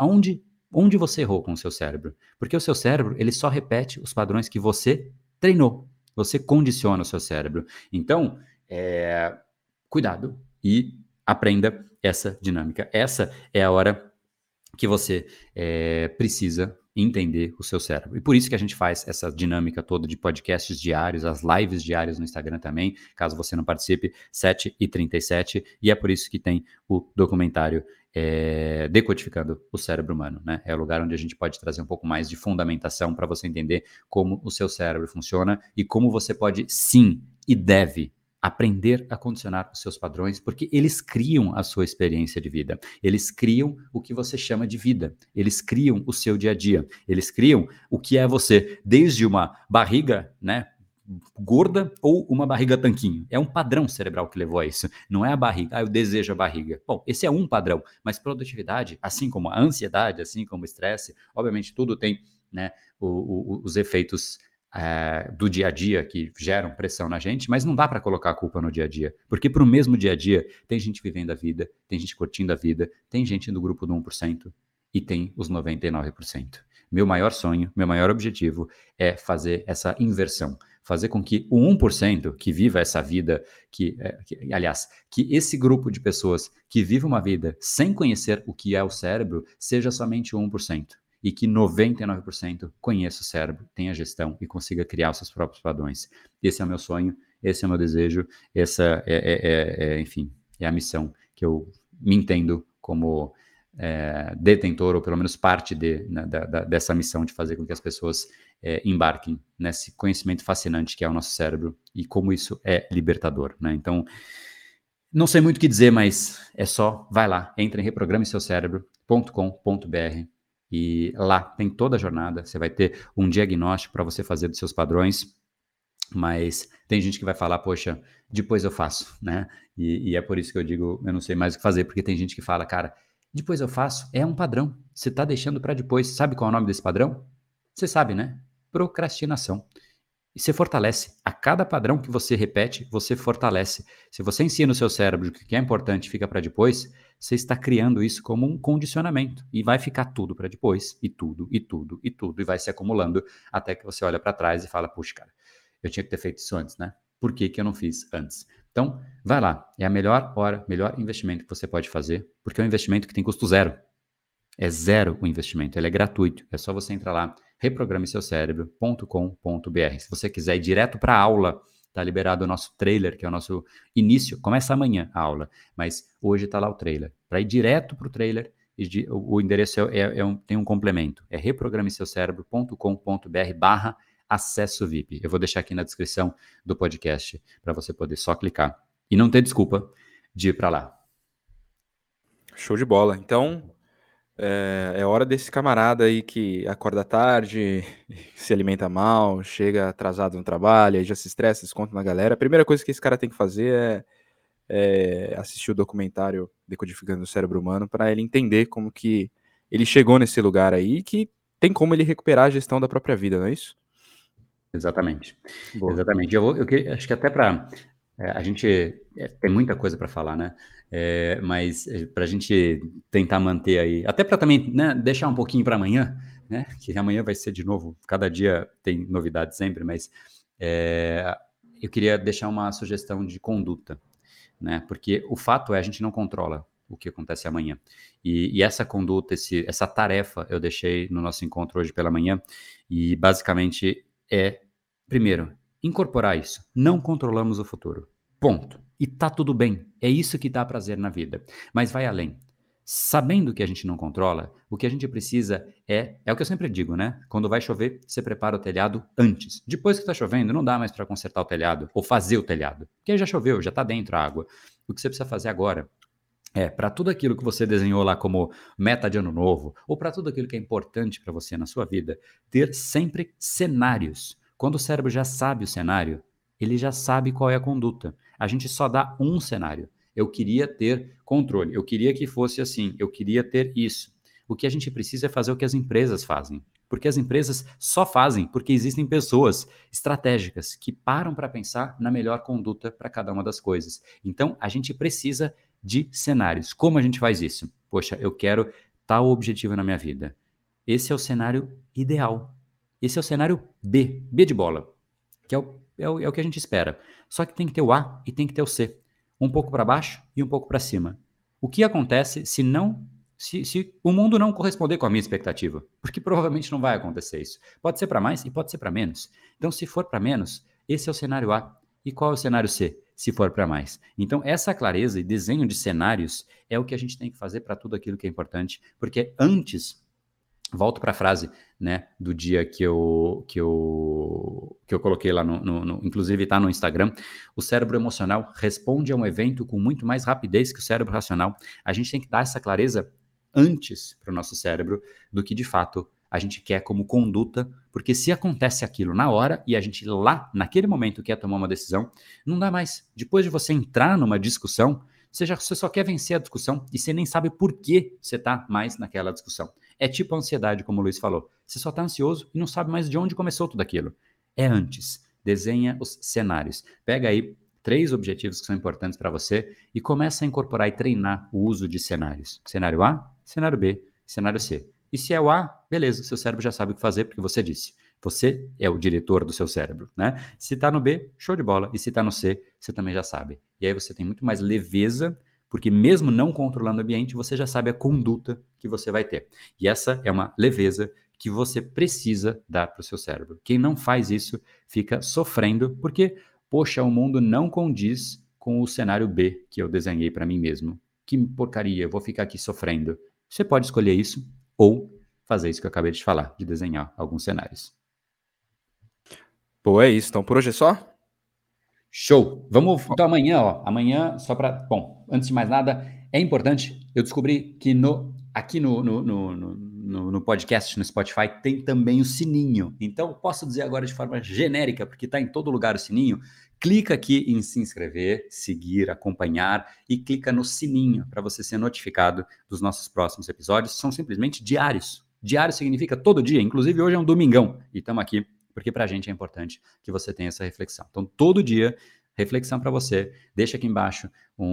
onde você errou com o seu cérebro. Porque o seu cérebro, ele só repete os padrões que você treinou, você condiciona o seu cérebro. Então, cuidado e aprenda essa dinâmica. Essa é a hora que você precisa entender o seu cérebro. E por isso que a gente faz essa dinâmica toda de podcasts diários, as lives diárias no Instagram também, caso você não participe, 7h37, e é por isso que tem o documentário Decodificando o Cérebro Humano, né? É o lugar onde a gente pode trazer um pouco mais de fundamentação para você entender como o seu cérebro funciona e como você pode, sim, e deve aprender a condicionar os seus padrões, porque eles criam a sua experiência de vida. Eles criam o que você chama de vida. Eles criam o seu dia a dia. Eles criam o que é você, desde uma barriga, né, gorda ou uma barriga tanquinho. É um padrão cerebral que levou a isso. Não é a barriga, eu desejo a barriga. Bom, esse é um padrão, mas produtividade, assim como a ansiedade, assim como o estresse, obviamente tudo tem, né, os efeitos do dia a dia que geram pressão na gente, mas não dá para colocar a culpa no dia a dia, porque para o mesmo dia a dia tem gente vivendo a vida, tem gente curtindo a vida, tem gente no grupo do 1% e tem os 99%. Meu maior sonho, meu maior objetivo é fazer essa inversão, fazer com que o 1% que viva essa vida, aliás, que esse grupo de pessoas que vive uma vida sem conhecer o que é o cérebro, seja somente o 1%. E que 99% conheça o cérebro, tenha gestão e consiga criar os seus próprios padrões. Esse é o meu sonho, esse é o meu desejo, essa enfim, é a missão que eu me entendo como detentor, ou pelo menos parte dessa missão de fazer com que as pessoas embarquem nesse conhecimento fascinante que é o nosso cérebro e como isso é libertador, né? Então, Não sei muito o que dizer, mas é só, vai lá, entra em reprogrameseucerebro.com.br e lá tem toda a jornada, você vai ter um diagnóstico para você fazer dos seus padrões, mas tem gente que vai falar, poxa, depois eu faço, né? E é por isso que eu digo, eu não sei mais o que fazer, porque tem gente que fala, cara, depois eu faço, é um padrão, você está deixando para depois. Sabe qual é o nome desse padrão? Você sabe, né? Procrastinação. E você fortalece. A cada padrão que você repete, você fortalece. Se você ensina o seu cérebro que o que é importante fica para depois, você está criando isso como um condicionamento. E vai ficar tudo para depois, e tudo, e tudo, e tudo, e vai se acumulando até que você olha para trás e fala, puxa, cara, eu tinha que ter feito isso antes, né? Por que que eu não fiz antes? Então, vai lá. É a melhor hora, melhor investimento que você pode fazer, porque é um investimento que tem custo zero. É zero o investimento, ele é gratuito. É só você entrar lá, reprogrameseucerebro.com.br. Se você quiser ir direto para a aula, tá liberado o nosso trailer, que é o nosso início. Começa amanhã a aula, mas hoje está lá o trailer. Para ir direto para o trailer, o endereço tem um complemento. É reprogrameseucerebro.com.br/acesso VIP. Eu vou deixar aqui na descrição do podcast para você poder só clicar. E não ter desculpa de ir para lá. Show de bola. Então, é hora desse camarada aí que acorda tarde, se alimenta mal, chega atrasado no trabalho, aí já se estressa, desconta na galera. A primeira coisa que esse cara tem que fazer é assistir o documentário Decodificando o Cérebro Humano para ele entender como que ele chegou nesse lugar aí e que tem como ele recuperar a gestão da própria vida, não é isso? Exatamente. Boa. Exatamente. Acho que até para a gente tem muita coisa para falar, né? Mas para a gente tentar manter aí, até para também, né, deixar um pouquinho para amanhã, né? Que amanhã vai ser de novo, cada dia tem novidade sempre, mas eu queria deixar uma sugestão de conduta, né? Porque o fato é a gente não controla o que acontece amanhã. E essa conduta, essa tarefa eu deixei no nosso encontro hoje pela manhã e basicamente primeiro, incorporar isso. Não controlamos o futuro. Ponto. E tá tudo bem. É isso que dá prazer na vida. Mas vai além. Sabendo que a gente não controla, o que a gente precisa é o que eu sempre digo, né? Quando vai chover, você prepara o telhado antes. Depois que tá chovendo, não dá mais para consertar o telhado ou fazer o telhado, porque já choveu, já tá dentro a água. O que você precisa fazer agora para tudo aquilo que você desenhou lá como meta de ano novo, ou para tudo aquilo que é importante para você na sua vida, ter sempre cenários. Quando o cérebro já sabe o cenário, ele já sabe qual é a conduta. A gente só dá um cenário. Eu queria ter controle, eu queria que fosse assim, eu queria ter isso. O que a gente precisa é fazer o que as empresas fazem. Porque as empresas só fazem porque existem pessoas estratégicas que param para pensar na melhor conduta para cada uma das coisas. Então, a gente precisa de cenários. Como a gente faz isso? Poxa, eu quero tal objetivo na minha vida. Esse é o cenário ideal. Esse é o cenário B, B de bola, que é o que a gente espera. Só que tem que ter o A e tem que ter o C. Um pouco para baixo e um pouco para cima. O que acontece se o mundo não corresponder com a minha expectativa? Porque provavelmente não vai acontecer isso. Pode ser para mais e pode ser para menos. Então, se for para menos, esse é o cenário A. E qual é o cenário C? Se for para mais. Então, essa clareza e desenho de cenários é o que a gente tem que fazer para tudo aquilo que é importante, porque antes, volto para a frase, né, do dia que eu coloquei lá inclusive está no Instagram, o cérebro emocional responde a um evento com muito mais rapidez que o cérebro racional. A gente tem que dar essa clareza antes para o nosso cérebro do que de fato a gente quer como conduta, porque se acontece aquilo na hora e a gente lá, naquele momento, quer tomar uma decisão, não dá mais. Depois de você entrar numa discussão, você só quer vencer a discussão e você nem sabe por que você está mais naquela discussão. É tipo a ansiedade, como o Luiz falou. Você só está ansioso e não sabe mais de onde começou tudo aquilo. É antes. Desenha os cenários. Pega aí 3 objetivos que são importantes para você e começa a incorporar e treinar o uso de cenários. Cenário A, cenário B, cenário C. E se é o A, beleza, seu cérebro já sabe o que fazer porque você disse. Você é o diretor do seu cérebro, né? Se está no B, show de bola. E se está no C, você também já sabe. E aí você tem muito mais leveza, porque mesmo não controlando o ambiente, você já sabe a conduta que você vai ter. E essa é uma leveza que você precisa dar para o seu cérebro. Quem não faz isso fica sofrendo, porque, poxa, o mundo não condiz com o cenário B que eu desenhei para mim mesmo. Que porcaria, eu vou ficar aqui sofrendo. Você pode escolher isso ou fazer isso que eu acabei de falar, de desenhar alguns cenários. Pô, é isso. Então por hoje é só? Show! Vamos, então amanhã, só para... Bom, antes de mais nada, é importante, eu descobri que aqui no podcast, no Spotify, tem também o sininho. Então, posso dizer agora de forma genérica, porque está em todo lugar o sininho, clica aqui em se inscrever, seguir, acompanhar e clica no sininho para você ser notificado dos nossos próximos episódios. São simplesmente diários. Diário significa todo dia, inclusive hoje é um domingão e estamos aqui porque para a gente é importante que você tenha essa reflexão. Então, todo dia, reflexão para você. Deixa aqui embaixo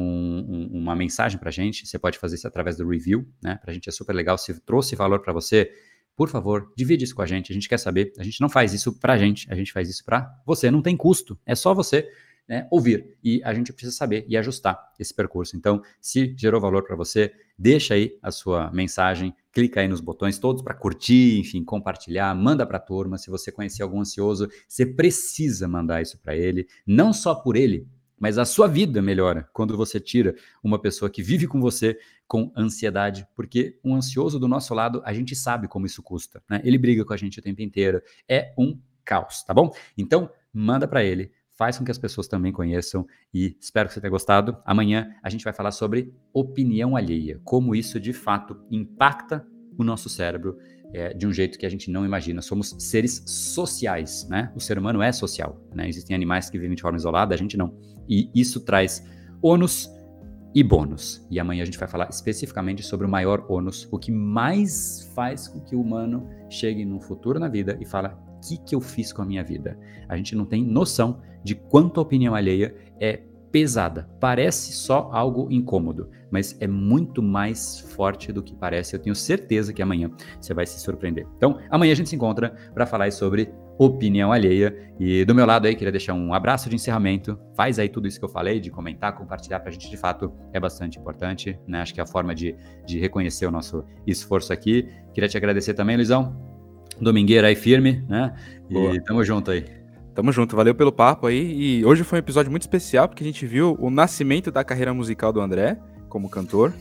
uma mensagem para a gente. Você pode fazer isso através do review, né? Para a gente é super legal. Se trouxe valor para você, por favor, divide isso com a gente. A gente quer saber. A gente não faz isso para a gente faz isso para você. Não tem custo. É só você, né, ouvir. E a gente precisa saber e ajustar esse percurso. Então, se gerou valor para você, deixa aí a sua mensagem, clica aí nos botões todos para curtir, enfim, compartilhar, manda para a turma. Se você conhecer algum ansioso, você precisa mandar isso para ele, não só por ele, mas a sua vida melhora quando você tira uma pessoa que vive com você com ansiedade, porque um ansioso do nosso lado, a gente sabe como isso custa, né? Ele briga com a gente o tempo inteiro, é um caos, tá bom? Então, manda para ele, faz com que as pessoas também conheçam e espero que você tenha gostado. Amanhã a gente vai falar sobre opinião alheia, como isso de fato impacta o nosso cérebro de um jeito que a gente não imagina. Somos seres sociais, né? O ser humano é social, né? Existem animais que vivem de forma isolada, a gente não. E isso traz ônus e bônus. E amanhã a gente vai falar especificamente sobre o maior ônus, o que mais faz com que o humano chegue num futuro na vida e fala: o que eu fiz com a minha vida? A gente não tem noção de quanto a opinião alheia é pesada. Parece só algo incômodo, mas é muito mais forte do que parece. Eu tenho certeza que amanhã você vai se surpreender. Então, amanhã a gente se encontra para falar sobre opinião alheia. E do meu lado aí, queria deixar um abraço de encerramento. Faz aí tudo isso que eu falei, de comentar, compartilhar pra gente, de fato, é bastante importante, né? Acho que é a forma de reconhecer o nosso esforço aqui. Queria te agradecer também, Luizão. Domingueira aí firme, né? Boa. E tamo junto aí. Tamo junto, valeu pelo papo aí. E hoje foi um episódio muito especial, porque a gente viu o nascimento da carreira musical do André como cantor.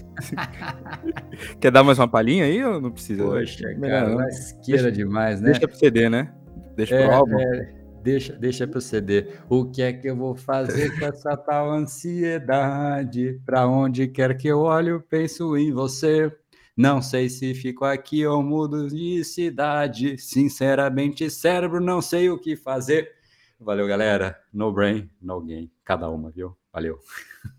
Quer dar mais uma palhinha aí ou não precisa? Poxa, cara, lasqueira demais, né? Deixa pro CD, né? Deixa pro álbum. Deixa pro CD. O que é que eu vou fazer com essa tal ansiedade? Pra onde quer que eu olhe, penso em você. Não sei se fico aqui ou mudo de cidade. Sinceramente, cérebro, não sei o que fazer. Valeu, galera. No brain, no gain. Cada uma, viu? Valeu.